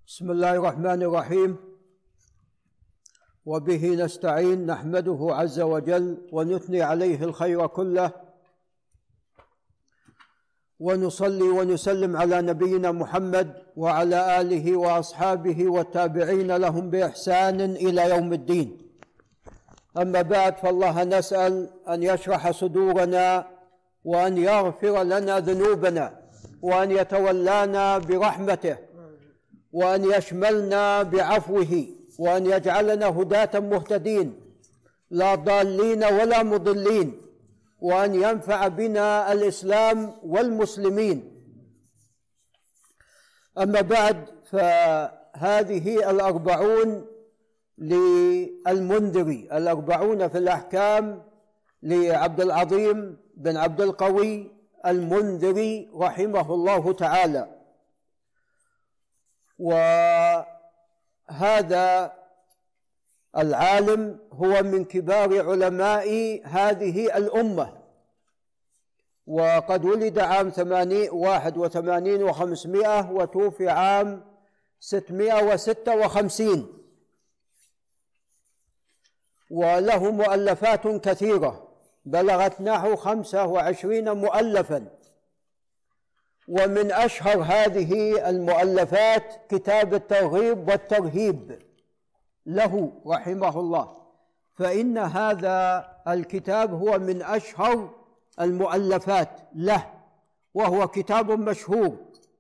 بسم الله الرحمن الرحيم. وبه نستعين، نحمده عز وجل ونثني عليه الخير كله، ونصلي ونسلم على نبينا محمد وعلى آله وأصحابه والتابعين لهم بإحسان إلى يوم الدين. أما بعد، فالله نسأل أن يشرح صدورنا وأن يغفر لنا ذنوبنا وأن يتولانا برحمته وأن يشملنا بعفوه وأن يجعلنا هداة مهتدين لا ضالين ولا مضلين، وأن ينفع بنا الإسلام والمسلمين. أما بعد، فهذه 40 للمنذري، 40 في الأحكام لعبد العظيم بن عبد القوي المنذري رحمه الله تعالى. وهذا العالم هو من كبار علماء هذه الأمة، وقد ولد عام 81 و500 وتوفي عام 656، وله مؤلفات كثيرة بلغت نحو 25 مؤلفا. ومن أشهر هذه المؤلفات كتاب الترغيب والترهيب له رحمه الله، فإن هذا الكتاب هو من أشهر المؤلفات له، وهو كتاب مشهور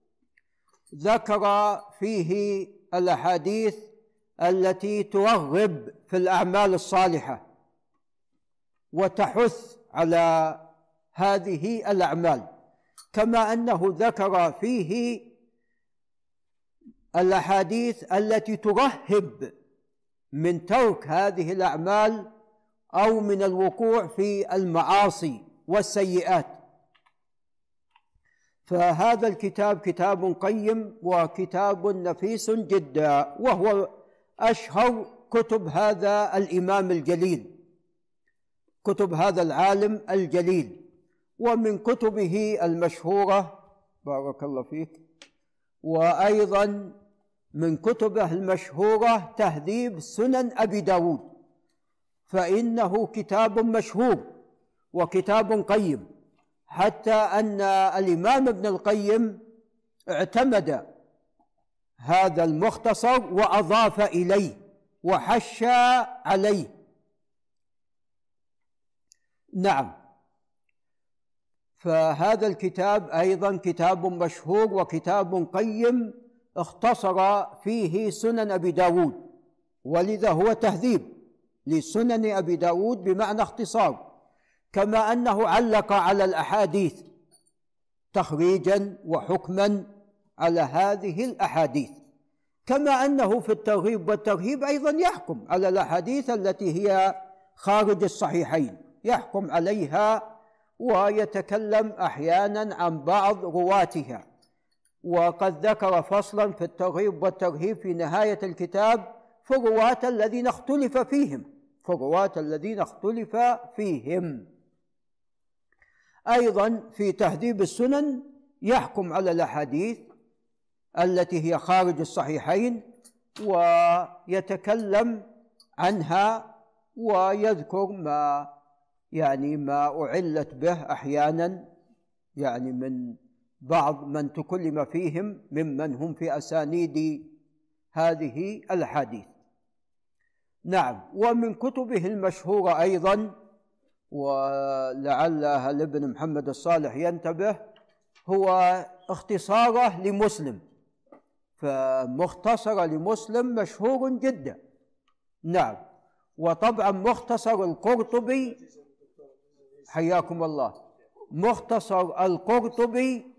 ذكر فيه الأحاديث التي ترغب في الأعمال الصالحة وتحث على هذه الأعمال، كما أنه ذكر فيه الأحاديث التي ترهب من ترك هذه الأعمال أو من الوقوع في المعاصي والسيئات. فهذا الكتاب كتاب قيم وكتاب نفيس جدا، وهو أشهر كتب هذا الإمام الجليل، كتب هذا العالم الجليل. ومن كتبه المشهورة، بارك الله فيك، وأيضا من كتبه المشهورة تهذيب سنن أبي داود، فإنه كتاب مشهور وكتاب قيم، حتى أن الإمام ابن القيم اعتمد هذا المختصر وأضاف إليه وحشى عليه. نعم، فهذا الكتاب أيضا كتاب مشهور وكتاب قيم، اختصر فيه سنن أبي داود، ولذا هو تهذيب لسنن أبي داود بمعنى اختصار، كما أنه علق على الأحاديث تخريجا وحكما على هذه الأحاديث، كما أنه في الترغيب والترهيب أيضا يحكم على الأحاديث التي هي خارج الصحيحين، يحكم عليها ويتكلم أحيانا عن بعض رواتها. وقد ذكر فصلا في الترغيب والترهيب في نهاية الكتاب في الرواة الذين اختلف فيهم، أيضا في تهذيب السنن يحكم على الأحاديث التي هي خارج الصحيحين ويتكلم عنها ويذكر ما أعلت به أحيانا، من بعض من تكلم فيهم ممن هم في أسانيد هذه الحديث. نعم، ومن كتبه المشهورة أيضا، ولعل أهل ابن محمد الصالح ينتبه، هو اختصاره لمسلم، فمختصر لمسلم مشهور جدا. نعم، وطبعا مختصر القرطبي، حياكم الله، مختصر القرطبي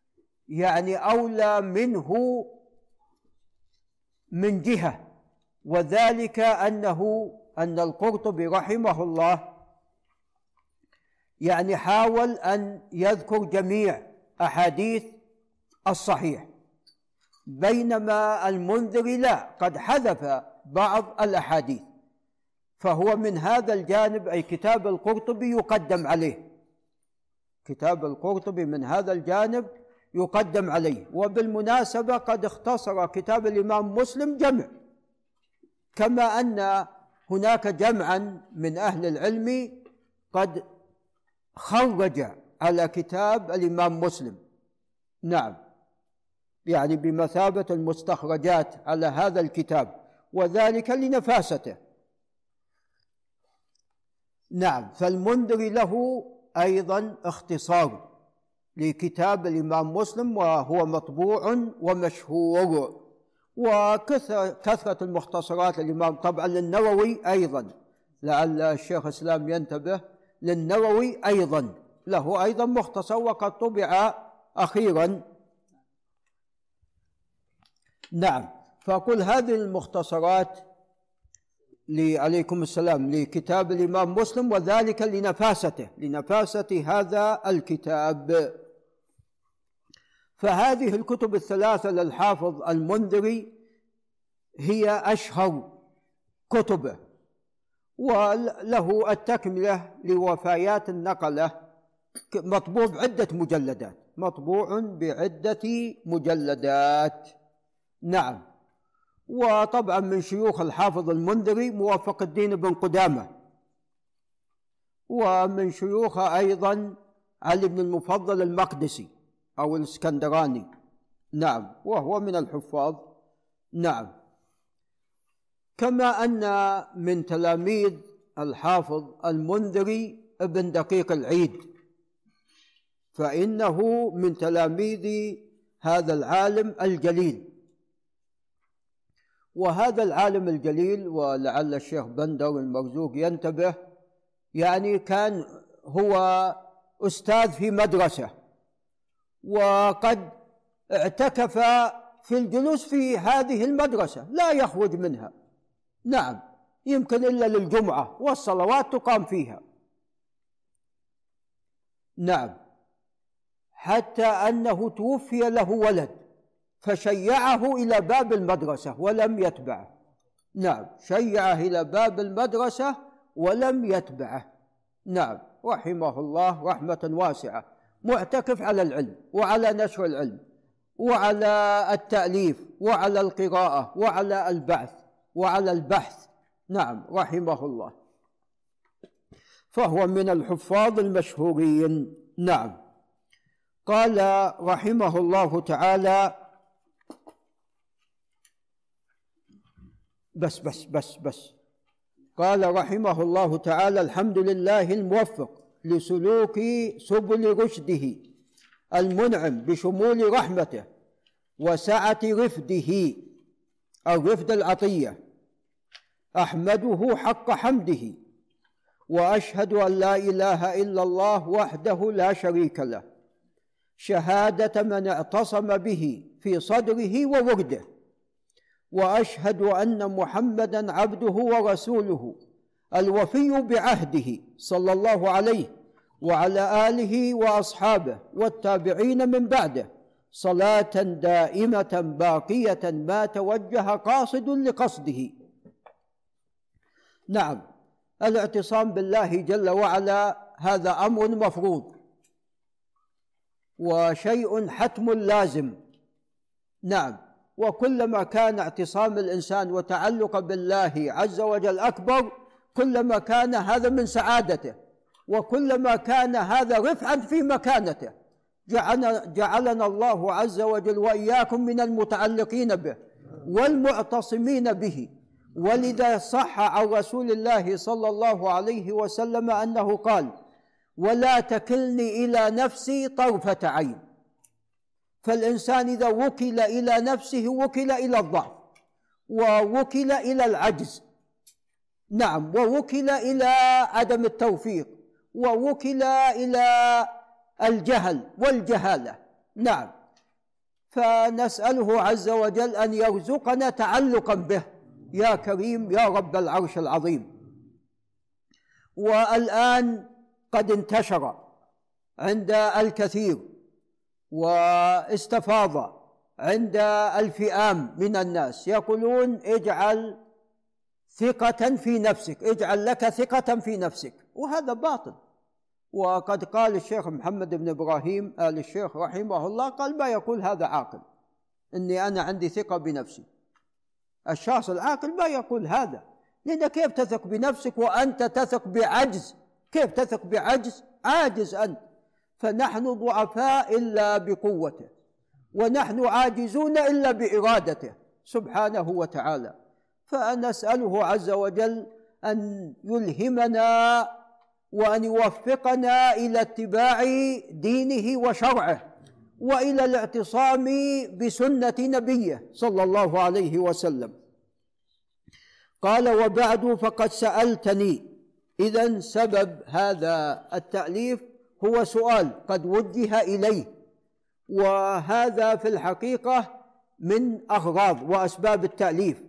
أولى منه من جهة، وذلك أن القرطبي رحمه الله حاول أن يذكر جميع أحاديث الصحيح، بينما المنذري لا، قد حذف بعض الأحاديث، فهو من هذا الجانب أي كتاب القرطبي يقدم عليه، كتاب القرطبي من هذا الجانب يقدم عليه. وبالمناسبة قد اختصر كتاب الإمام مسلم جمع، كما أن هناك جمعا من أهل العلم قد خرج على كتاب الإمام مسلم، نعم، يعني بمثابة المستخرجات على هذا الكتاب، وذلك لنفاسته. نعم، فالمنذري له أيضا اختصار لكتاب الإمام مسلم، وهو مطبوع ومشهور. وكثرة المختصرات الإمام طبعا للنووي أيضا، لعل الشيخ الإسلام ينتبه، للنووي أيضا له أيضا مختصر وقد طبع أخيرا. نعم، فأقول هذه المختصرات عليكم السلام لكتاب الإمام مسلم، وذلك لنفاسة هذا الكتاب. فهذه الكتب الثلاثة للحافظ المنذري هي أشهر كتبه، وله التكملة لوفايات النقلة مطبوع بعدة مجلدات. نعم، وطبعا من شيوخ الحافظ المنذري موفق الدين بن قدامة، ومن شيوخه أيضا علي بن المفضل المقدسي أو الإسكندراني، نعم، وهو من الحفاظ. نعم، كما أن من تلاميذ الحافظ المنذري ابن دقيق العيد، فإنه من تلاميذ هذا العالم الجليل. وهذا العالم الجليل، ولعل الشيخ بندر المرزوق ينتبه، يعني كان هو أستاذ في مدرسة، وقد اعتكف في الجلوس في هذه المدرسة لا يخرج منها، نعم، يمكن إلا للجمعة والصلوات تقام فيها، نعم، حتى أنه توفي له ولد فشيعه إلى باب المدرسة ولم يتبعه، نعم، شيعه إلى باب المدرسة ولم يتبعه، نعم، رحمه الله رحمة واسعة، معتكف على العلم وعلى نشر العلم وعلى التأليف وعلى القراءة وعلى البحث، نعم، رحمه الله، فهو من الحفاظ المشهورين. نعم، قال رحمه الله تعالى بس قال رحمه الله تعالى: الحمد لله الموفق لسلوك سبل رشده، المنعم بشمول رحمته وسعة رفده، الرفد العطية، أحمده حق حمده، وأشهد أن لا إله إلا الله وحده لا شريك له، شهادة من اعتصم به في صدره وورده، وأشهد أن محمدًا عبده ورسوله الوفي بعهده صلى الله عليه وعلى آله وأصحابه والتابعين من بعده، صلاة دائمة باقية ما توجه قاصد لقصده. نعم، الاعتصام بالله جل وعلا هذا أمر مفروض وشيء حتم لازم، نعم، وكلما كان اعتصام الإنسان وتعلق بالله عز وجل أكبر، كلما كان هذا من سعادته، وكلما كان هذا رفعا في مكانته. جعلنا الله عز وجل وإياكم من المتعلقين به والمعتصمين به. ولذا صح عن رسول الله صلى الله عليه وسلم أنه قال: ولا تكلني إلى نفسي طرفة عين. فالإنسان إذا وكل إلى نفسه وكل إلى الضعف، ووكل إلى العجز، نعم، ووكل إلى عدم التوفيق، ووكل إلى الجهل والجهالة، نعم، فنسأله عز وجل أن يرزقنا تعلقا به يا كريم يا رب العرش العظيم. والآن قد انتشر عند الكثير واستفاض عند الفئام من الناس، يقولون: اجعل ثقة في نفسك، اجعل لك ثقة في نفسك، وهذا باطل، وقد قال الشيخ محمد بن إبراهيم آل الشيخ رحمه الله، قال ما يقول هذا عاقل، إني أنا عندي ثقة بنفسي. الشخص العاقل ما يقول هذا، لأن كيف تثق بنفسك وأنت تثق بعجز؟ كيف تثق بعجز؟ عاجز أنت. فنحن ضعفاء إلا بقوته، ونحن عاجزون إلا بإرادته سبحانه وتعالى. فنسأله عز وجل أن يلهمنا وأن يوفقنا إلى اتباع دينه وشرعه، وإلى الاعتصام بسنة نبيه صلى الله عليه وسلم. قال: وبعد فقد سألتني. إذن سبب هذا التأليف هو سؤال قد وجه إليه، وهذا في الحقيقة من أغراض وأسباب التأليف.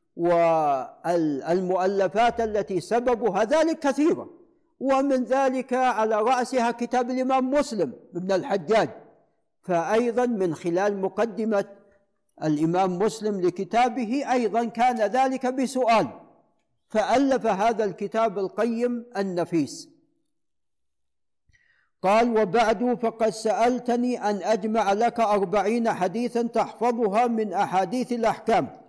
والمؤلفات التي سببها ذلك كثيرة، ومن ذلك على رأسها كتاب الإمام مسلم بن الحجاج، فأيضا من خلال مقدمة الإمام مسلم لكتابه أيضا كان ذلك بسؤال، فألف هذا الكتاب القيم النفيس. قال: وبعد فقد سألتني أن أجمع لك 40 حديثا تحفظها من أحاديث الأحكام.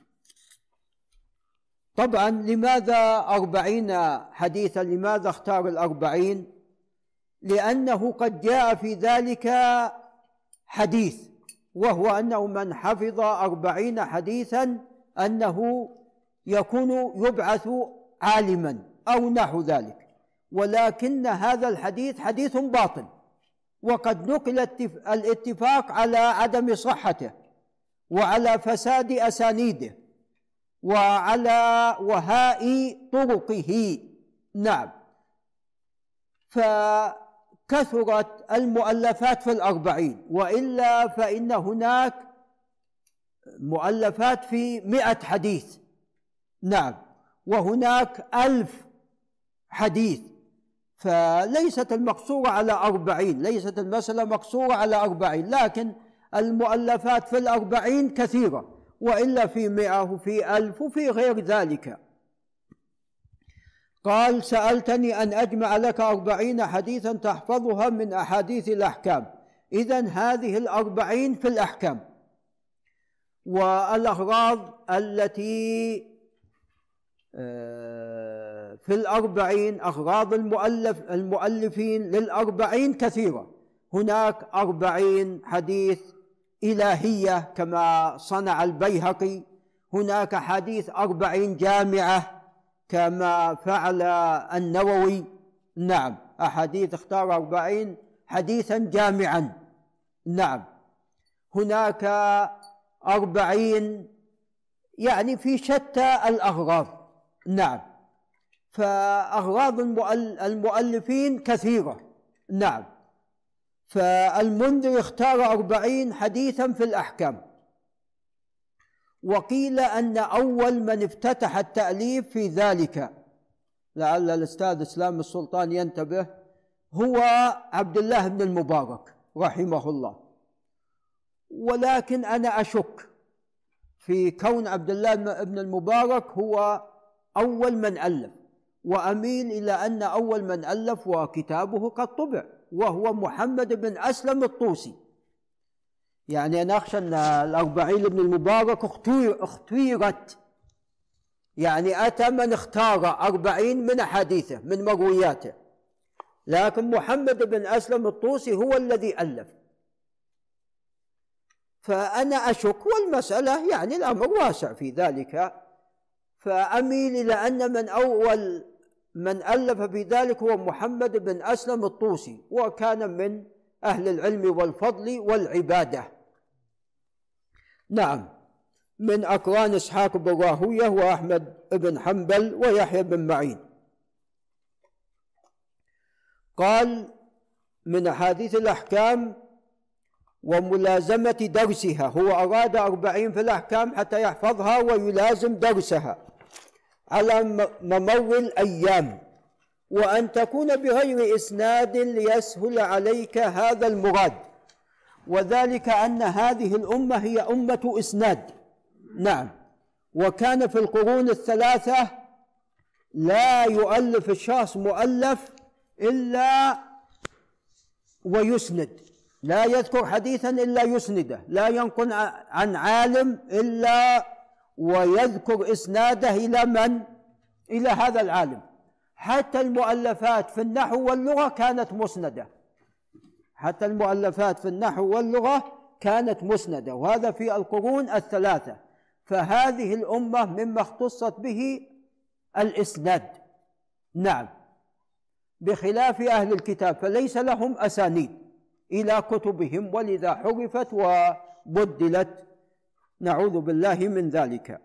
طبعا لماذا 40 حديثا؟ لماذا اختار 40؟ لأنه قد جاء في ذلك حديث، وهو أنه من حفظ 40 حديثا أنه يكون يبعث عالما أو نحو ذلك، ولكن هذا الحديث حديث باطل، وقد نقل الاتفاق على عدم صحته وعلى فساد أسانيده وعلى وهاء طرقه. نعم، فكثرت المؤلفات في 40، وإلا فإن هناك مؤلفات في 100 حديث. نعم، وهناك 1000 حديث، فليست المقصورة على 40، ليست المسألة مقصورة على 40، لكن المؤلفات في 40 كثيرة، وإلا في 100 وفي 1000 وفي غير ذلك. قال: سألتني أن أجمع لك 40 حديثا تحفظها من أحاديث الأحكام. إذن هذه 40 في الأحكام. والأغراض التي في 40 أغراض المؤلفين 40 كثيرة. هناك 40 حديث إلهية كما صنع البيهقي، هناك حديث 40 جامعة كما فعل النووي. نعم، أحاديث اختار 40 حديثا جامعا. نعم، هناك 40 يعني في شتى الأغراض. نعم، فأغراض المؤلفين كثيرة. نعم، فالمنذر اختار 40 حديثا في الأحكام. وقيل أن أول من افتتح التأليف في ذلك، لعل الأستاذ إسلام السلطان ينتبه، هو عبد الله بن المبارك رحمه الله. ولكن أنا أشك في كون عبد الله بن المبارك هو أول من ألف، وأميل إلى أن أول من ألف وكتابه قد طبع، وهو محمد بن أسلم الطوسي. يعني أنا أخشى أن 40 لابن المبارك اختيرت، يعني أتى من اختار 40 من أحاديثه من مروياته، لكن محمد بن أسلم الطوسي هو الذي ألف. فأنا أشك، والمسألة يعني الأمر واسع في ذلك، فأميل إلى أن من أول من ألف في ذلك هو محمد بن أسلم الطوسي، وكان من أهل العلم والفضل والعبادة. نعم، من أقران إسحاق بن راهوية وأحمد بن حنبل ويحيى بن معين. قال: من أحاديث الأحكام وملازمة درسها. هو أراد 40 في الأحكام حتى يحفظها ويلازم درسها على ممر الأيام، وأن تكون بغير إسناد ليسهل عليك هذا المراد، وذلك أن هذه الأمة هي أمة إسناد. نعم، وكان في القرون الثلاثة لا يؤلف الشخص مؤلف إلا ويسند، لا يذكر حديثا إلا يسنده، لا ينقل عن عالم إلا ويذكر إسناده إلى من؟ إلى هذا العالم. حتى المؤلفات في النحو واللغة كانت مسندة، حتى المؤلفات في النحو واللغة كانت مسندة، وهذا في القرون الثلاثة. فهذه الأمة مما اختصت به الإسناد. نعم، بخلاف أهل الكتاب فليس لهم أسانيد إلى كتبهم، ولذا حرفت وبدلت، نعوذ بالله من ذلك.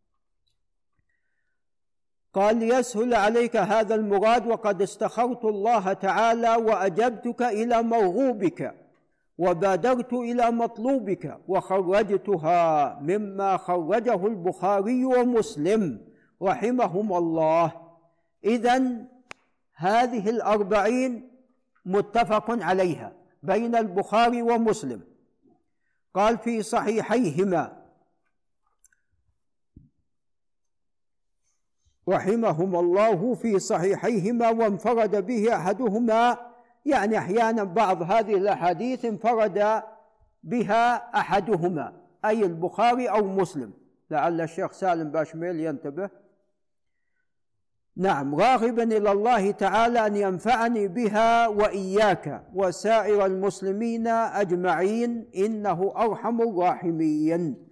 قال: ليسهل عليك هذا المراد، وقد استخرت الله تعالى وأجبتك إلى مرغوبك وبادرت إلى مطلوبك، وخرجتها مما خرجه البخاري ومسلم رحمهما الله. إذن هذه الأربعين متفق عليها بين البخاري ومسلم. قال: في صحيحيهما رحمهما الله، في صحيحيهما، وانفرد به أحدهما. يعني أحيانا بعض هذه الأحاديث انفرد بها أحدهما، أي البخاري أو مسلم، لعل الشيخ سالم باشميل ينتبه. نعم، راغبا إلى الله تعالى أن ينفعني بها وإياك وسائر المسلمين أجمعين، إنه أرحم الراحمين.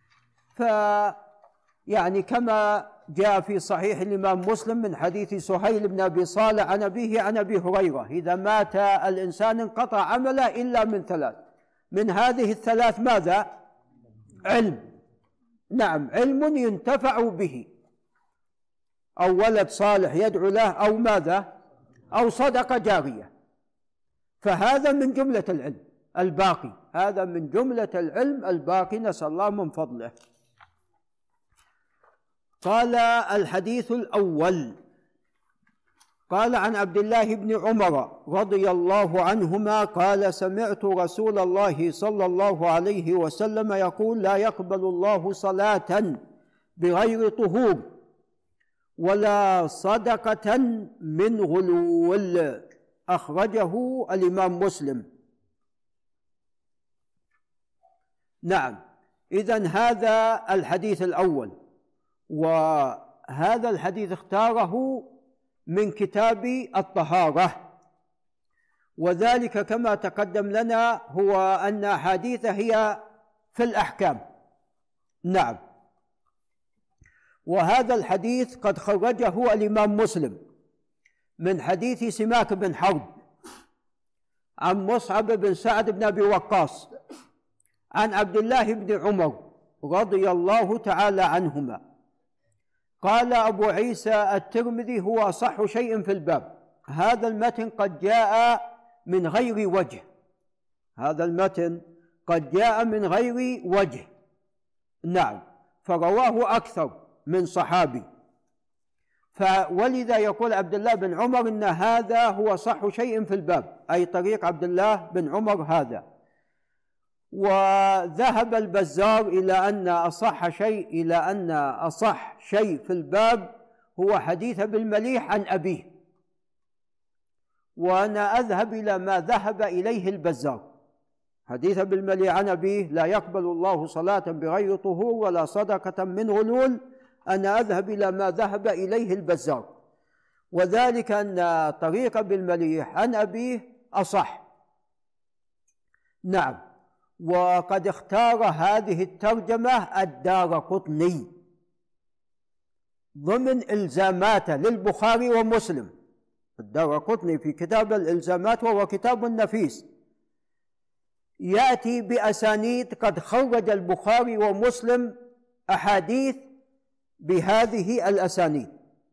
يعني كما جاء في صحيح الإمام مسلم من حديث سهيل بن أبي صالح عن أبيه عن أبي هريرة: إذا مات الإنسان انقطع عمله إلا من ثلاث. من هذه الثلاث ماذا؟ علم. نعم، علم ينتفع به، أو ولد صالح يدعو له، أو ماذا؟ أو صدقة جارية. فهذا من جملة العلم الباقي، هذا من جملة العلم الباقي، نسأل الله من فضله. قال: الحديث الأول. قال: عن عبد الله بن عمر رضي الله عنهما قال: سمعت رسول الله صلى الله عليه وسلم يقول: لا يقبل الله صلاة بغير طهور ولا صدقة من غلول. أخرجه الإمام مسلم. نعم، إذن هذا الحديث الأول، وهذا الحديث اختاره من كتاب الطهارة، وذلك كما تقدم لنا هو أن أحاديثه هي في الأحكام. نعم، وهذا الحديث قد خرجه الإمام مسلم من حديث سماك بن حرب عن مصعب بن سعد بن أبي وقاص عن عبد الله بن عمر رضي الله تعالى عنهما. قال أبو عيسى الترمذي: هو أصح شيء في الباب. هذا المتن قد جاء من غير وجه، هذا المتن قد جاء من غير وجه. نعم، فرواه أكثر من صحابي، ولذا يقول عبد الله بن عمر إن هذا هو صح شيء في الباب، أي طريق عبد الله بن عمر هذا. وذهب البزار إلى أن أصح شيء في الباب هو حديث بالمليح عن أبيه، وأنا أذهب إلى ما ذهب إليه البزار. حديث بالمليح عن أبيه: لا يقبل الله صلاة بغير طهور ولا صدقة من غلول، أنا أذهب إلى ما ذهب إليه البزار، وذلك أن طريق بالمليح عن أبيه أصح. نعم، وقد اختار هذه الترجمة الدارقطني ضمن إلزاماته للبخاري ومسلم. الدارقطني في كتاب الإلزامات، وهو كتاب نفيس، يأتي بأسانيد قد خرج البخاري ومسلم أحاديث بهذه الأسانيد،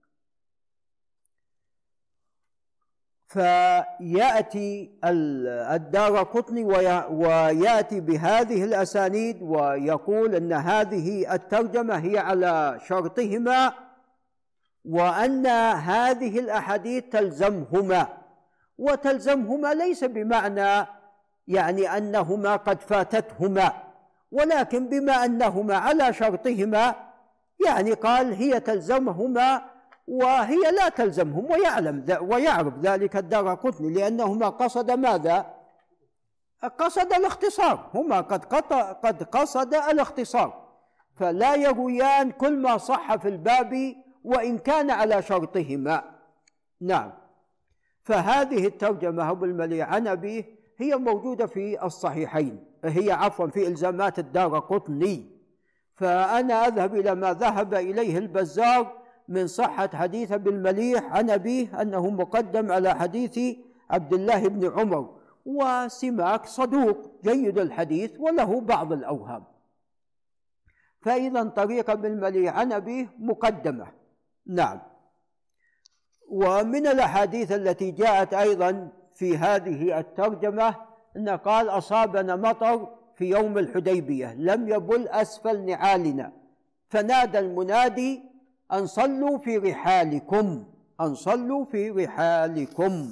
فيأتي الدارقطني ويأتي بهذه الأسانيد ويقول أن هذه الترجمة هي على شرطهما، وأن هذه الأحاديث تلزمهما. وتلزمهما ليس بمعنى يعني أنهما قد فاتتهما، ولكن بما أنهما على شرطهما، يعني قال هي تلزمهما وهي لا تلزمهم، ويعرف ذلك الدارقطني، لأنهما قصد ماذا؟ قصد الاختصار، هما قد قصد الاختصار، فلا يرويان كل ما صح في الباب وإن كان على شرطهما. نعم. فهذه الترجمة أبو المليح عن أبيه هي موجودة في الصحيحين، هي عفوا في إلزامات الدارقطني، فأنا أذهب إلى ما ذهب إليه البزار من صحة حديث أبي المليح عن أبيه أنه مقدم على حديث عبد الله بن عمر، وسماك صدوق جيد الحديث وله بعض الأوهام، فإذا طريق ابن المليح عن أبيه مقدمة. نعم. ومن الأحاديث التي جاءت أيضا في هذه الترجمة أن قال: أصابنا مطر في يوم الحديبية لم يبل أسفل نعالنا، فنادى المنادي: أن صلوا في رحالكم، أن صلوا في رحالكم.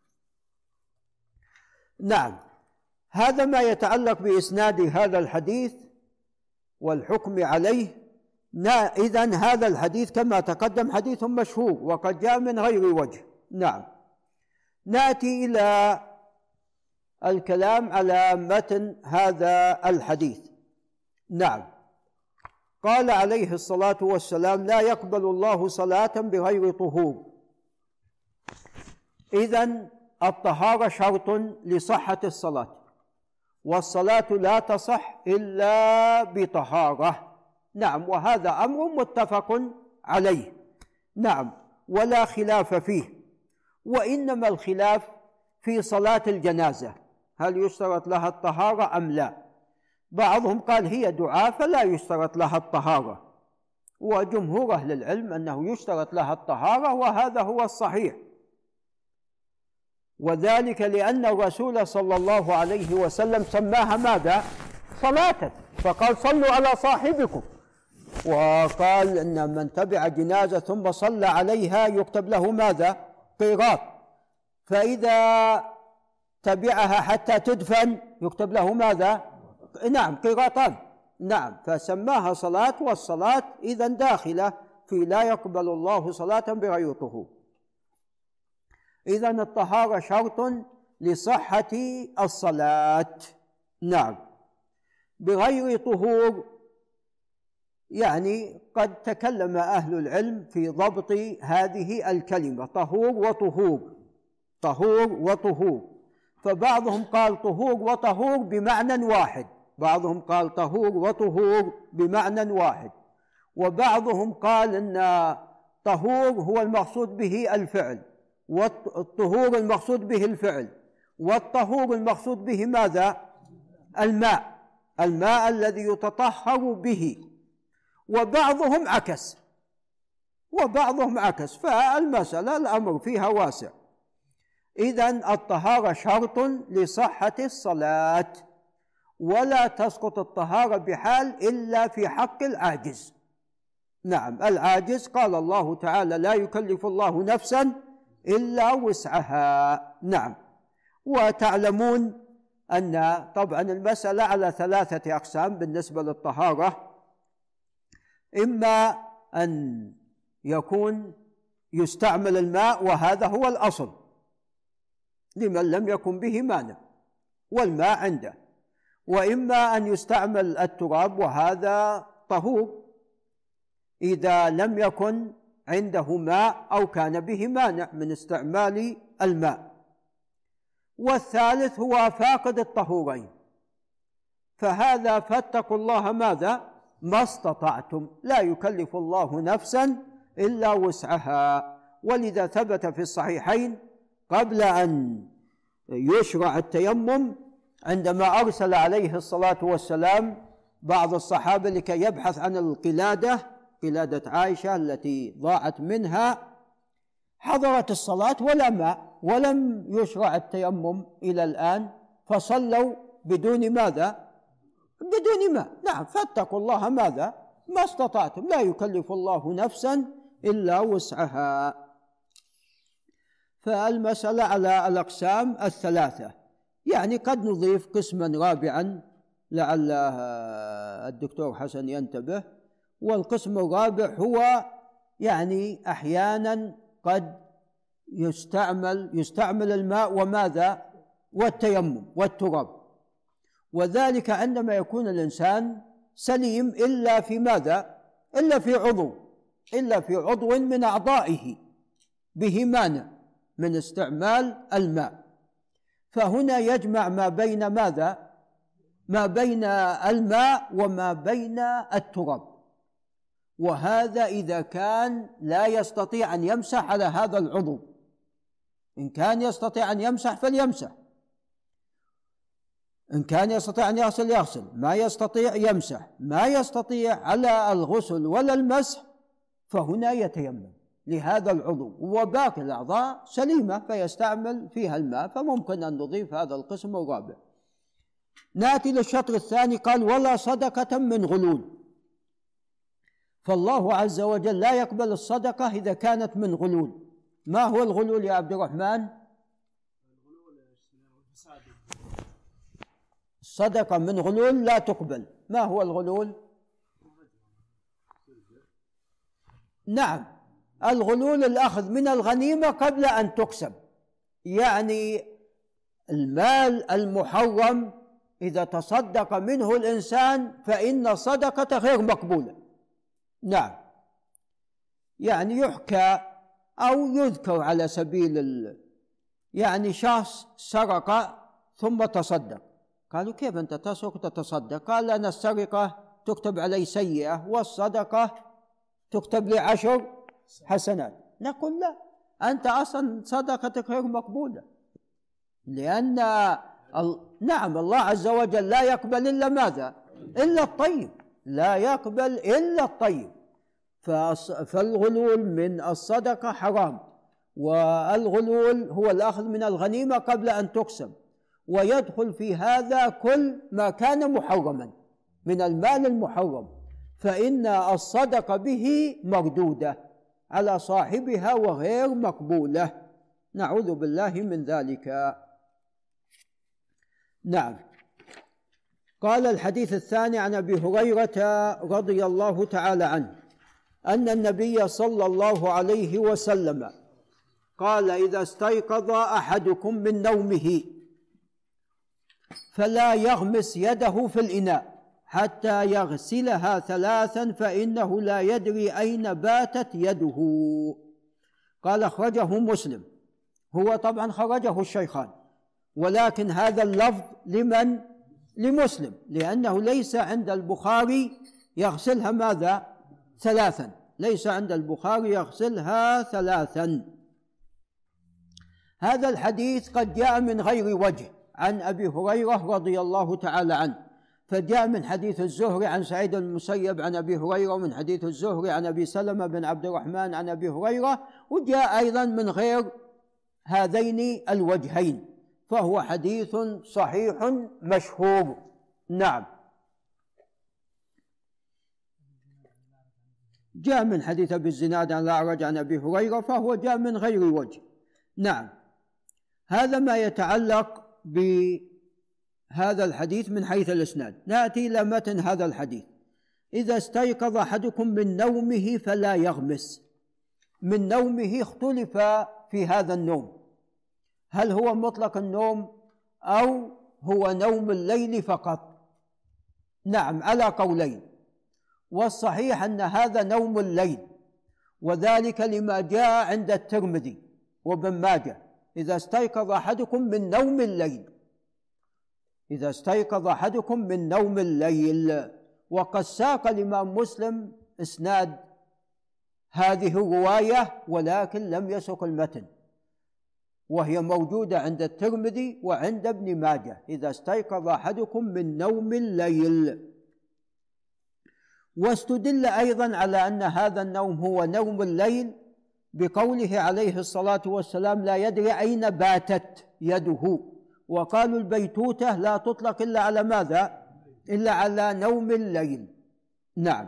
نعم. هذا ما يتعلق بإسناد هذا الحديث والحكم عليه. إذن هذا الحديث كما تقدم حديث مشهور وقد جاء من غير وجه. نعم. نأتي إلى الكلام على متن هذا الحديث. نعم. قال عليه الصلاة والسلام: لا يقبل الله صلاة بغير طهور. إذن الطهارة شرط لصحة الصلاة، والصلاة لا تصح إلا بطهارة. نعم. وهذا أمر متفق عليه. نعم. ولا خلاف فيه، وإنما الخلاف في صلاة الجنازة، هل يشترط لها الطهارة أم لا؟ بعضهم قال هي دعاء فلا يشترط لها الطهارة، وجمهور أهل العلم أنه يشترط لها الطهارة، وهذا هو الصحيح، وذلك لأن الرسول صلى الله عليه وسلم سماها ماذا؟ صلاة، فقال: صلوا على صاحبكم، وقال إن من تبع جنازة ثم صلى عليها يكتب له ماذا؟ قيراط، فإذا تبعها حتى تدفن يكتب له ماذا؟ نعم، قيراطان. نعم. فسماها صلاة، والصلاة إذن داخلة في لا يقبل الله صلاة بغير طهور. إذن الطهارة شرط لصحة الصلاة. نعم. بغير طهور يعني قد تكلم أهل العلم في ضبط هذه الكلمة طهور وطهور، طهور وطهور، فبعضهم قال طهور وطهور بمعنى واحد، بعضهم قال طهور وطهور بمعنى واحد، وبعضهم قال أن طهور هو المقصود به الفعل، والطهور المقصود به الفعل، والطهور المقصود به ماذا؟ الماء، الماء الذي يتطهر به، وبعضهم عكس، فالمسألة الأمر فيها واسع. إذن الطهارة شرط لصحة الصلاة، ولا تسقط الطهارة بحال إلا في حق العاجز. نعم. العاجز قال الله تعالى: لا يكلف الله نفسا إلا وسعها. نعم. وتعلمون أن طبعا المسألة على 3 أقسام بالنسبة للطهارة: إما أن يكون يستعمل الماء، وهذا هو الأصل لمن لم يكن به مانع والماء عنده، وإما أن يستعمل التراب، وهذا طهور إذا لم يكن عنده ماء أو كان به مانع من استعمال الماء، والثالث هو فاقد الطهورين، فهذا فاتقوا الله ماذا؟ ما استطعتم، لا يكلف الله نفسا إلا وسعها. ولذا ثبت في الصحيحين قبل أن يشرع التيمم عندما أرسل عليه الصلاة والسلام بعض الصحابة لكي يبحث عن قلادة عائشة التي ضاعت منها، حضرت الصلاة ولا ماء ولم يشرع التيمم إلى الآن، فصلوا بدون ماذا؟ بدون ماء. نعم. فاتقوا الله ماذا؟ ما استطعتم، لا يكلف الله نفسا إلا وسعها. فالمسألة على الأقسام 3، يعني قد نضيف قسما رابعا لعل الدكتور حسن ينتبه، والقسم الرابع هو يعني أحيانا قد يستعمل الماء وماذا؟ والتيمم والتراب، وذلك عندما يكون الإنسان سليم إلا في ماذا؟ إلا في عضو من أعضائه به مانع من استعمال الماء، فهنا يجمع ما بين ماذا؟ ما بين الماء وما بين التراب، وهذا إذا كان لا يستطيع أن يمسح على هذا العضو. إن كان يستطيع أن يمسح فليمسح، إن كان يستطيع أن يغسل يغسل، ما يستطيع يمسح، ما يستطيع على الغسل ولا المسح فهنا يتيمم لهذا العضو، وباقي الأعضاء سليمة فيستعمل فيها الماء، فممكن أن نضيف هذا القسم الرابع. نأتي للشطر الثاني، قال: ولا صدقة من غلول. فالله عز وجل لا يقبل الصدقة إذا كانت من غلول. ما هو الغلول يا عبد الرحمن؟ الصدقة من غلول لا تقبل. ما هو الغلول؟ نعم، الغلول الأخذ من الغنيمة قبل أن تقسم، يعني المال المحرم إذا تصدق منه الإنسان فإن الصدقة غير مقبولة. نعم، يعني يحكى أو يذكر على سبيل يعني شخص سرق ثم تصدق، قالوا: كيف أنت تسرق تتصدق؟ قال: لأن السرقة تكتب علي سيئة والصدقة تكتب لي 10 حسنات. نقول: لا، أنت أصلا صدقتك غير مقبولة، لأن نعم الله عز وجل لا يقبل إلا ماذا؟ إلا الطيب، لا يقبل إلا الطيب. فالغلول من الصدقة حرام، والغلول هو الأخذ من الغنيمة قبل أن تقسم، ويدخل في هذا كل ما كان محرما من المال المحرم، فإن الصدقة به مردودة على صاحبها وغير مقبولة، نعوذ بالله من ذلك. نعم. قال الحديث الثاني عن أبي هريرة رضي الله تعالى عنه أن النبي صلى الله عليه وسلم قال: إذا استيقظ أحدكم من نومه فلا يغمس يده في الإناء حتى يغسلها 3 فإنه لا يدري أين باتت يده. قال: أخرجه مسلم. هو طبعا خرجه الشيخان، ولكن هذا اللفظ لمن؟ لمسلم، لأنه ليس عند البخاري يغسلها ماذا؟ 3، ليس عند البخاري يغسلها 3. هذا الحديث قد جاء من غير وجه عن أبي هريرة رضي الله تعالى عنه، فجاء من حديث الزهري عن سعيد بن المسيب عن أبي هريرة، ومن حديث الزهري عن أبي سلمة بن عبد الرحمن عن أبي هريرة، وجاء أيضا من غير هذين الوجهين، فهو حديث صحيح مشهور. نعم، جاء من حديث أبي الزناد عن الأعرج عن أبي هريرة، فهو جاء من غير وجه. نعم، هذا ما يتعلق بهذا الحديث من حيث الإسناد. نأتي إلى متن هذا الحديث: إذا استيقظ أحدكم من نومه فلا يغمس. من نومه اختلف في هذا النوم، هل هو مطلق النوم أو هو نوم الليل فقط؟ نعم، على قولين، والصحيح أن هذا نوم الليل، وذلك لما جاء عند الترمذي وابن ماجه: إذا استيقظ أحدكم من نوم الليل، إذا استيقظ أحدكم من نوم الليل. وقد ساق الإمام مسلم إسناد هذه الرواية ولكن لم يسق المتن، وهي موجودة عند الترمذي وعند ابن ماجه: إذا استيقظ أحدكم من نوم الليل. واستدل أيضا على أن هذا النوم هو نوم الليل بقوله عليه الصلاة والسلام: لا يدري أين باتت يده. وقالوا البيتوتة لا تطلق إلا على ماذا؟ إلا على نوم الليل. نعم،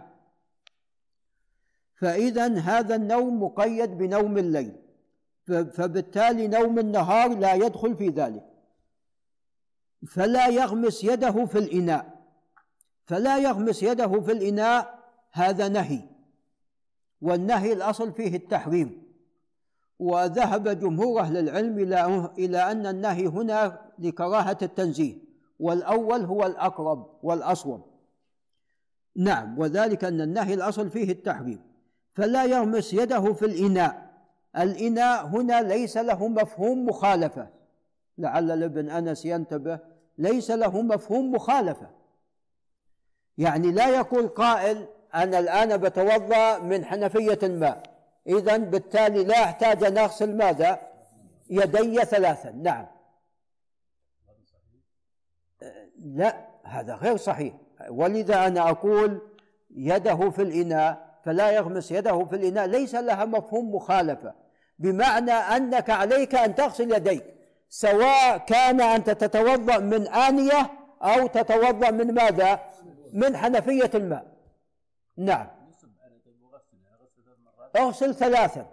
فإذا هذا النوم مقيد بنوم الليل، فبالتالي نوم النهار لا يدخل في ذلك. فلا يغمس يده في الإناء، فلا يغمس يده في الإناء هذا نهي، والنهي الأصل فيه التحريم. وذهب جمهور أهل العلم إلى أن النهي هنا لكراهة التنزيه، والأول هو الأقرب والأصوب. نعم، وذلك أن النهي الأصل فيه التحريم. فلا يغمس يده في الإناء. الإناء هنا ليس له مفهوم مخالفة، لعل ابن أنس ينتبه، ليس له مفهوم مخالفة. يعني لا يقول قائل أنا الآن بتوضأ من حنفية الماء، إذن بالتالي لا أحتاج أن أغسل ماذا؟ يدي ثلاثا. نعم، لا، هذا غير صحيح. ولذا أنا أقول يده في الإناء، فلا يغمس يده في الإناء ليس لها مفهوم مخالفة، بمعنى أنك عليك أن تغسل يديك، سواء كان أنت تتوضأ من آنية أو تتوضأ من ماذا؟ من حنفية الماء. نعم، اغسل ثلاثا.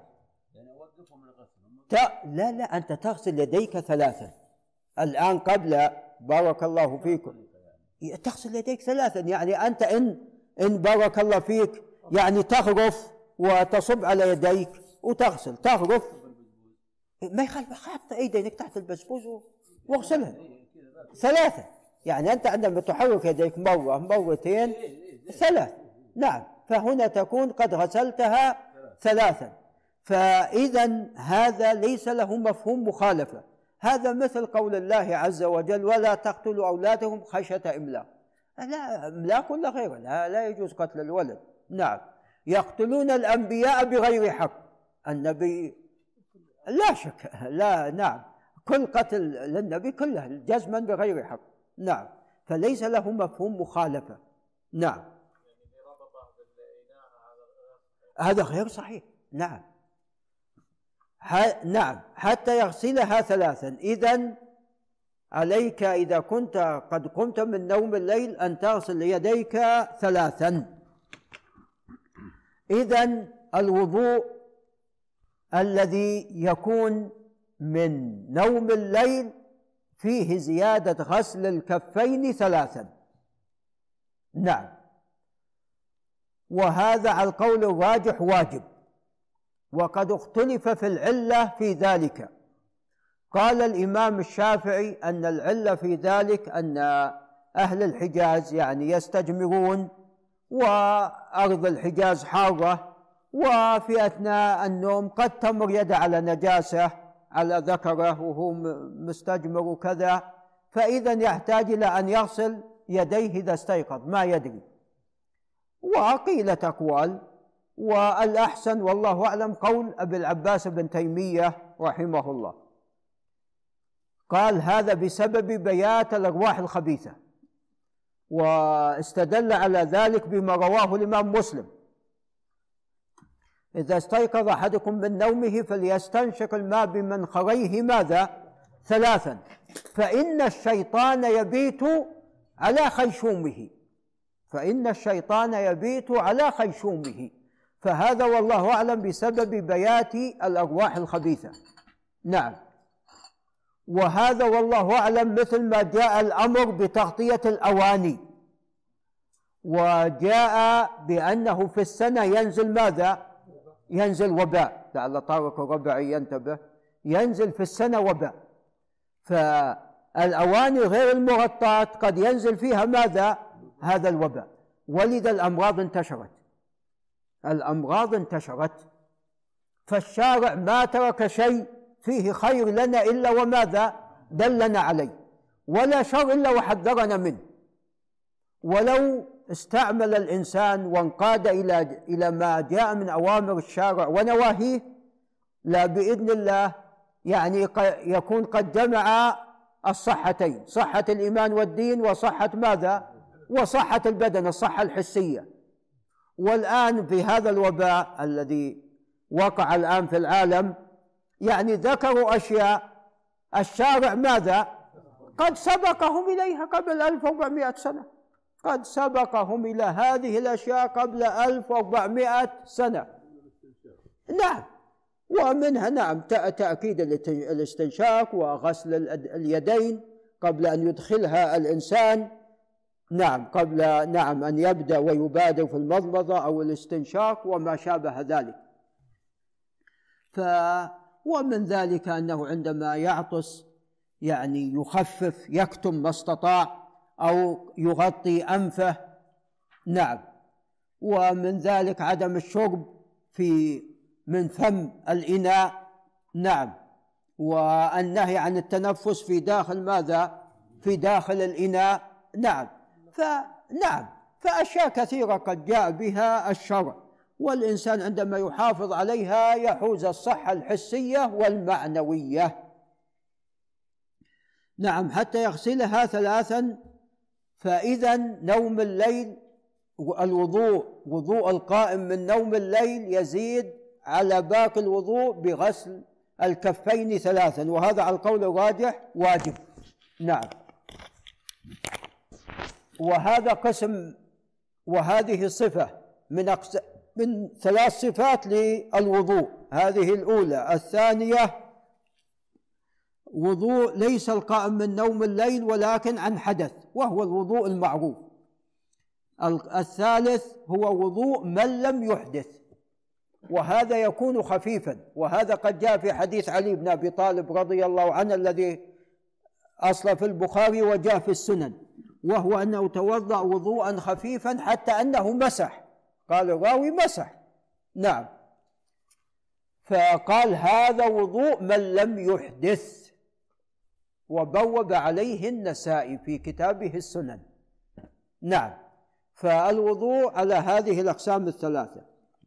لا، أنت تغسل يديك ثلاثا الآن قبل، بارك الله فيكم، تغسل يديك ثلاثا. يعني أنت إن بارك الله فيك يعني تغرف وتصب على يديك وتغسل، تغرف ما يخالف، حط ايديك تحت البسبوس واغسلها ثلاثة. يعني أنت عندما تحرك يديك مرة مرتين ثلاث. نعم، فهنا تكون قد غسلتها ثلاثا. فإذا هذا ليس له مفهوم مخالفة. هذا مثل قول الله عز وجل ولا تقتلوا أولادهم خشية إملاق. لا، إملاق ولا غيره، لا يجوز قتل الولد. نعم، يقتلون الأنبياء بغير حق. النبي لا شك، لا، نعم، كل قتل للنبي كله جزما بغير حق. نعم، فليس له مفهوم مخالفة. نعم، هذا غير صحيح. نعم، نعم، حتى يغسلها ثلاثا. إذن عليك إذا كنت قد قمت من نوم الليل أن تغسل يديك ثلاثا. إذن الوضوء الذي يكون من نوم الليل فيه زيادة غسل الكفين ثلاثا. نعم، وهذا على القول الراجح واجب، وقد اختلف في العلة في ذلك. قال الإمام الشافعي أن العلة في ذلك أن أهل الحجاز يعني يستجمرون، وأرض الحجاز حارة، وفي أثناء النوم قد تمر يد على نجاسة على ذكره وهو مستجمر وكذا، فإذا يحتاج إلى أن يغسل يديه إذا استيقظ ما يدري. وقيلة أقوال، والأحسن والله أعلم قول أبي العباس بن تيمية رحمه الله، قال هذا بسبب بيات الأرواح الخبيثة، واستدل على ذلك بما رواه الإمام مسلم: إذا استيقظ أحدكم من نومه فليستنشق الماء بمنخريه ماذا؟ ثلاثا، فإن الشيطان يبيت على خيشومه، فإن الشيطان يبيت على خيشومه. فهذا والله أعلم بسبب بيات الأرواح الخبيثة. نعم، وهذا والله أعلم مثل ما جاء الأمر بتغطية الأواني، وجاء بأنه في السنة ينزل ماذا؟ ينزل وباء، لعل طارق الربعي ينتبه، ينزل في السنة وباء. فالأواني غير المغطاة قد ينزل فيها ماذا؟ هذا الوباء. ولذا الأمراض انتشرت، الأمراض انتشرت. فالشارع ما ترك شيء فيه خير لنا إلا وماذا؟ دلنا عليه، ولا شر إلا وحذرنا منه. ولو استعمل الإنسان وانقاد إلى ما جاء من أوامر الشارع ونواهيه، لا بإذن الله يعني يكون قد جمع الصحتين، صحة الإيمان والدين وصحة ماذا؟ وصحة البدن، الصحة الحسية. والآن في هذا الوباء الذي وقع الآن في العالم يعني ذكروا أشياء الشارع ماذا؟ قد سبقهم إليها قبل 1400 سنة، قد سبقهم إلى هذه الأشياء قبل 1400 سنة. نعم، ومنها نعم تأكيد الاستنشاق وغسل اليدين قبل أن يدخلها الإنسان نعم قبل نعم أن يبدأ ويبادر في المضمضة أو الاستنشاق وما شابه ذلك. ومن ذلك أنه عندما يعطس يعني يخفف، يكتم ما استطاع أو يغطي أنفه. نعم. ومن ذلك عدم الشرب من فم الإناء. نعم. والنهي عن التنفس في داخل ماذا؟ في داخل الإناء. نعم. فأشياء كثيرة قد جاء بها الشرع، والإنسان عندما يحافظ عليها يحوز الصحة الحسية والمعنوية. نعم، حتى يغسلها 3. فإذا نوم الليل وضوء القائم من نوم الليل يزيد على باقي الوضوء بغسل الكفين 3، وهذا على القول الراجح واجب. نعم. وهذا قسم، وهذه صفة من 3 صفات للوضوء. هذه الأولى. الثانية وضوء ليس القائم من نوم الليل ولكن عن حدث، وهو الوضوء المعروف. الثالث هو وضوء من لم يحدث، وهذا يكون خفيفا، وهذا قد جاء في حديث علي بن أبي طالب رضي الله عنه الذي أصل في البخاري وجاء في السنن، وهو أنه توضأ وضوءا خفيفا حتى أنه مسح، قال الراوي مسح. نعم. فقال هذا وضوء من لم يحدث، وبوب عليه النسائي في كتابه السنن. نعم. فالوضوء على هذه الأقسام 3.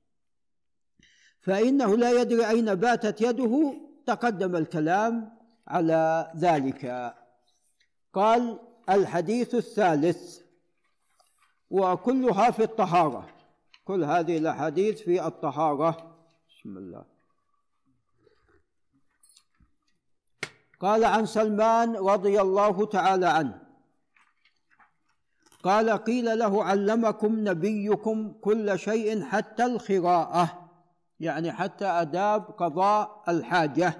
فإنه لا يدري أين باتت يده، تقدم الكلام على ذلك. قال الحديث الثالث، وكلها في الطهارة، كل هذه الأحاديث في الطهارة. بسم الله. قال عن سلمان رضي الله تعالى عنه قال قيل له علمكم نبيكم كل شيء حتى الخراءة، يعني حتى آداب قضاء الحاجة.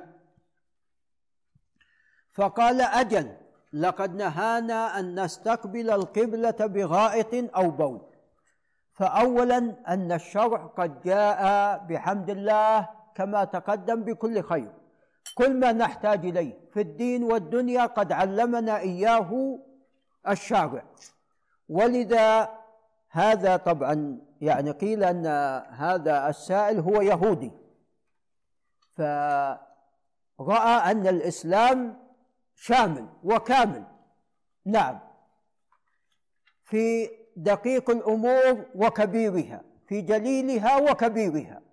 فقال أجل، لقد نهانا أن نستقبل القبلة بغائط أو بول. فأولا أن الشرع قد جاء بحمد الله كما تقدم بكل خير، كل ما نحتاج إليه في الدين والدنيا قد علمنا إياه الشارع. ولذا هذا طبعا يعني قيل أن هذا السائل هو يهودي، فرأى أن الإسلام شامل وكامل. نعم. في دقيق الأمور وكبيرها، في جليلها وكبيرها.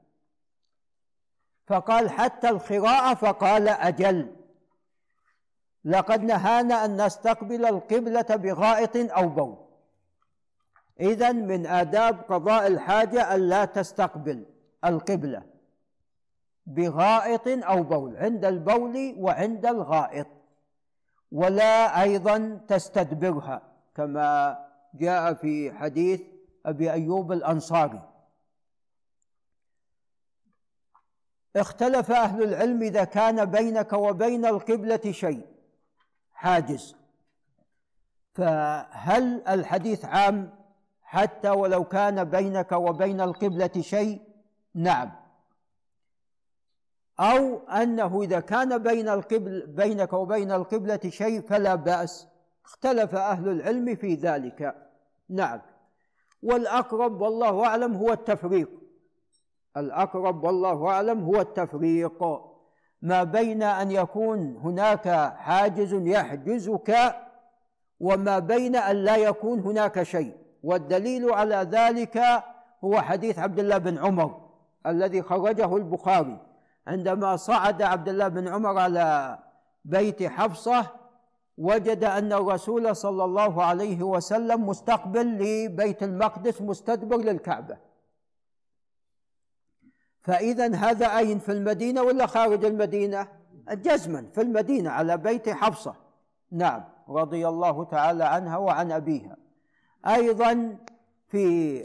فقال حتى الخراءة، فقال أجل، لقد نهانا أن نستقبل القبلة بغائط أو بول. إذن من آداب قضاء الحاجة أن لا تستقبل القبلة بغائط أو بول، عند البول وعند الغائط، ولا أيضا تستدبرها كما جاء في حديث أبي أيوب الأنصاري. اختلف أهل العلم إذا كان بينك وبين القبلة شيء حاجز، فهل الحديث عام حتى ولو كان بينك وبين القبلة شيء؟ نعم. أو أنه إذا كان بينك وبين القبلة شيء فلا بأس. اختلف أهل العلم في ذلك. نعم. والأقرب والله أعلم هو التفريق، الأقرب والله أعلم هو التفريق ما بين أن يكون هناك حاجز يحجزك وما بين أن لا يكون هناك شيء. والدليل على ذلك هو حديث عبد الله بن عمر الذي خرجه البخاري، عندما صعد عبد الله بن عمر على بيت حفصة وجد أن الرسول صلى الله عليه وسلم مستقبل لبيت المقدس مستدبر للكعبة. فإذا هذا أين، في المدينة ولا خارج المدينة؟ جزما في المدينة على بيت حفصة. نعم، رضي الله تعالى عنها وعن أبيها. أيضا في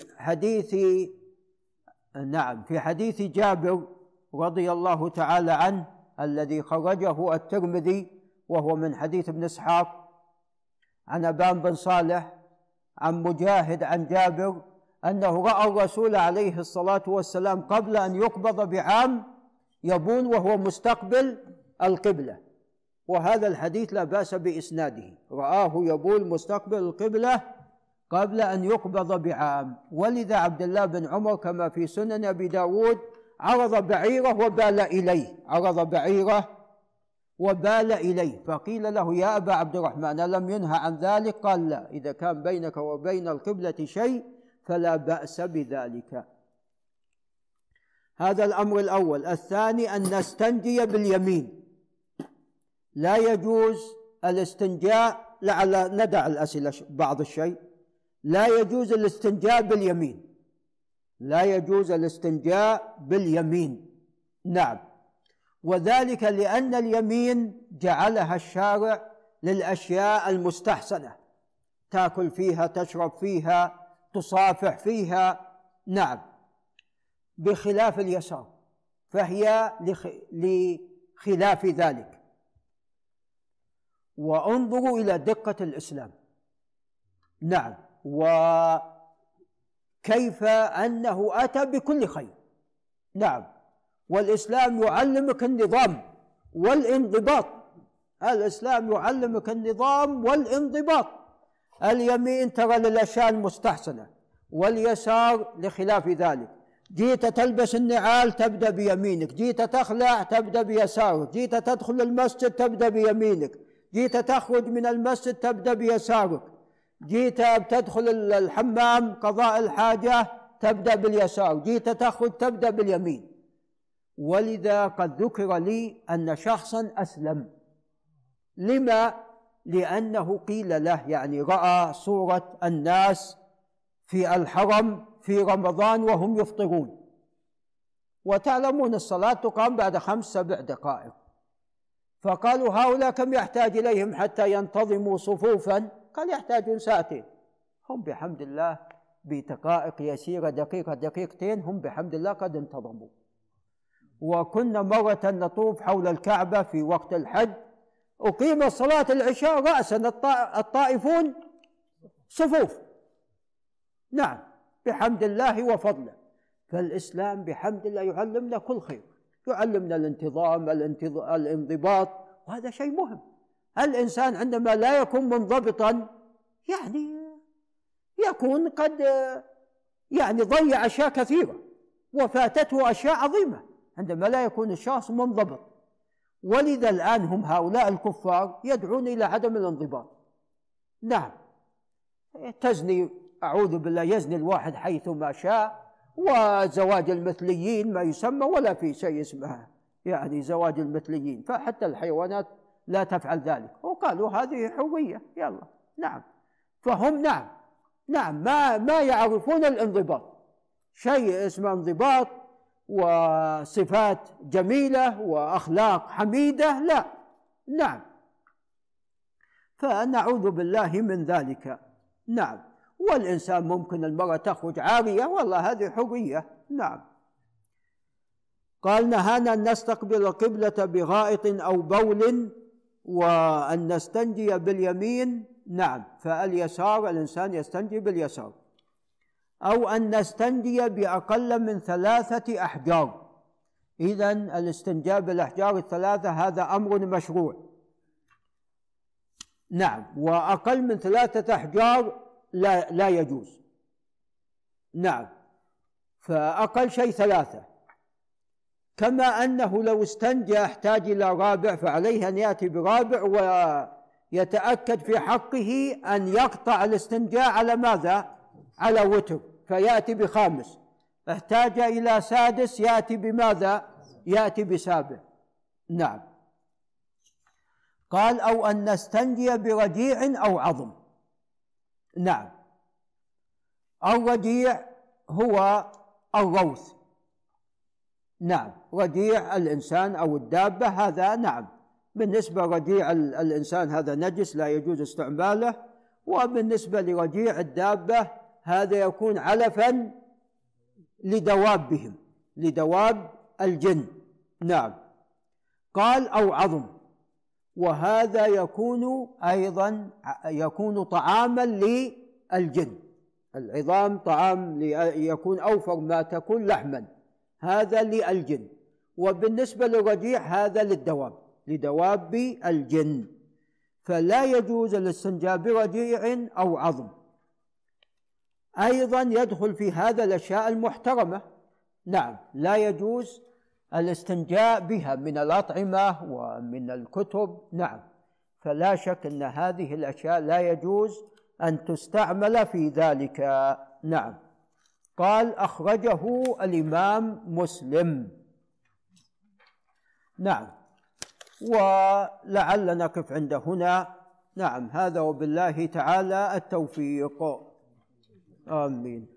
حديث جابر رضي الله تعالى عنه الذي خرجه الترمذي، وهو من حديث ابن إسحاق عن أبان بن صالح عن مجاهد عن جابر أنه رأى الرسول عليه الصلاة والسلام قبل أن يقبض بعام يبول وهو مستقبل القبلة، وهذا الحديث لا بأس بإسناده، رآه يبول مستقبل القبلة قبل أن يقبض بعام. ولذا عبد الله بن عمر كما في سنن أبي داود عرض بعيره وبال إليه، فقيل له يا أبا عبد الرحمن ألم ينهى عن ذلك؟ قال لا، إذا كان بينك وبين القبلة شيء فلا بأس بذلك. هذا الأمر الأول. الثاني أن نستنجي باليمين، لا يجوز الاستنجاء، لعل ندع الأسئلة بعض الشيء، لا يجوز الاستنجاء باليمين، لا يجوز الاستنجاء باليمين. نعم، وذلك لأن اليمين جعلها الشارع للأشياء المستحسنة، تأكل فيها، تشرب فيها، تصافح فيها. نعم، بخلاف اليسار فهي لخلاف ذلك. وانظروا إلى دقة الإسلام، نعم، وكيف أنه أتى بكل خير. نعم، والإسلام يعلمك النظام والانضباط، الإسلام يعلمك النظام والانضباط. اليمين ترى للأشياء المستحسنة، واليسار لخلاف ذلك. جيت تلبس النعال تبدأ بيمينك، جيت تخلع تبدأ بيسارك، جيت تدخل المسجد تبدأ بيمينك، جيت تخرج من المسجد تبدأ بيسارك، جيت تدخل الحمام قضاء الحاجة تبدأ باليسار، جيت تخرج تبدأ باليمين. ولذا قد ذكر لي أن شخصا أسلم. لما؟ لأنه قيل له، يعني رأى صورة الناس في الحرم في رمضان وهم يفطرون، وتعلمون الصلاة تقام بعد 5-7 دقائق، فقالوا هؤلاء كم يحتاج إليهم حتى ينتظموا صفوفا؟ قال يحتاجون 2 ساعة. هم بحمد الله بدقائق يسيرة، دقيقة دقيقتين، هم بحمد الله قد انتظموا. وكنا مرة نطوف حول الكعبة في وقت الحج، أقيم صلاة العشاء رأسا الطائفون صفوف. نعم، بحمد الله وفضله. فالإسلام بحمد الله يعلمنا كل خير، يعلمنا الانتظام، الانضباط، وهذا شيء مهم. الإنسان عندما لا يكون منضبطا يعني يكون قد ضيع أشياء كثيرة وفاتته أشياء عظيمة عندما لا يكون الشخص منضبط. ولذا الآن هم هؤلاء الكفار يدعون إلى عدم الانضباط. نعم، تزني، أعوذ بالله، يزني الواحد حيث ما شاء، وزواج المثليين ما يسمى، ولا في شيء اسمه يعني زواج المثليين، فحتى الحيوانات لا تفعل ذلك، وقالوا هذه حرية، يلا. نعم، فهم نعم ما يعرفون الانضباط، شيء اسمه انضباط وصفات جميلة وأخلاق حميدة، لا. نعم، فنعوذ بالله من ذلك. نعم، والإنسان ممكن المرأة تخرج عارية، والله هذه حرية. نعم. قال نهانا أن نستقبل القبلة بغائط أو بول، وأن نستنجي باليمين. نعم، فاليسار الإنسان يستنجي باليسار، أو أن نستنجي بأقل من 3 أحجار. إذن الاستنجاء بالأحجار 3 هذا أمر مشروع. نعم، وأقل من 3 أحجار لا يجوز. نعم، فأقل شيء 3. كما أنه لو استنجى احتاج إلى رابع، فعليه أن يأتي برابع، ويتأكد في حقه أن يقطع الاستنجاء على ماذا؟ على وتر، فيأتي ب5. احتاج إلى 6 يأتي بماذا؟ يأتي ب7. نعم. قال أو أن نستنجي برجيع أو عظم. نعم، الرجيع هو الروث. نعم، رجيع الإنسان أو الدابة هذا، نعم، بالنسبة رجيع الإنسان هذا نجس لا يجوز استعماله، وبالنسبة لرجيع الدابة هذا يكون علفا لدوابهم، لدواب الجن. نعم. قال أو عظم، وهذا يكون أيضا طعاما بالجن. العظام طعام ليكون أوفر ما تكون لحما، هذا للجن. وبالنسبة للرجيع هذا للدواب، لدواب الجن. فلا يجوز الاستنجاء برجيع أو عظم. أيضا يدخل في هذا الأشياء المحترمة، نعم، لا يجوز الاستنجاء بها من الأطعمة ومن الكتب، نعم، فلا شك أن هذه الأشياء لا يجوز أن تستعمل في ذلك. نعم. قال أخرجه الإمام مسلم. نعم. ولعل نقف عند هنا. نعم، هذا وبالله تعالى التوفيق. آمين.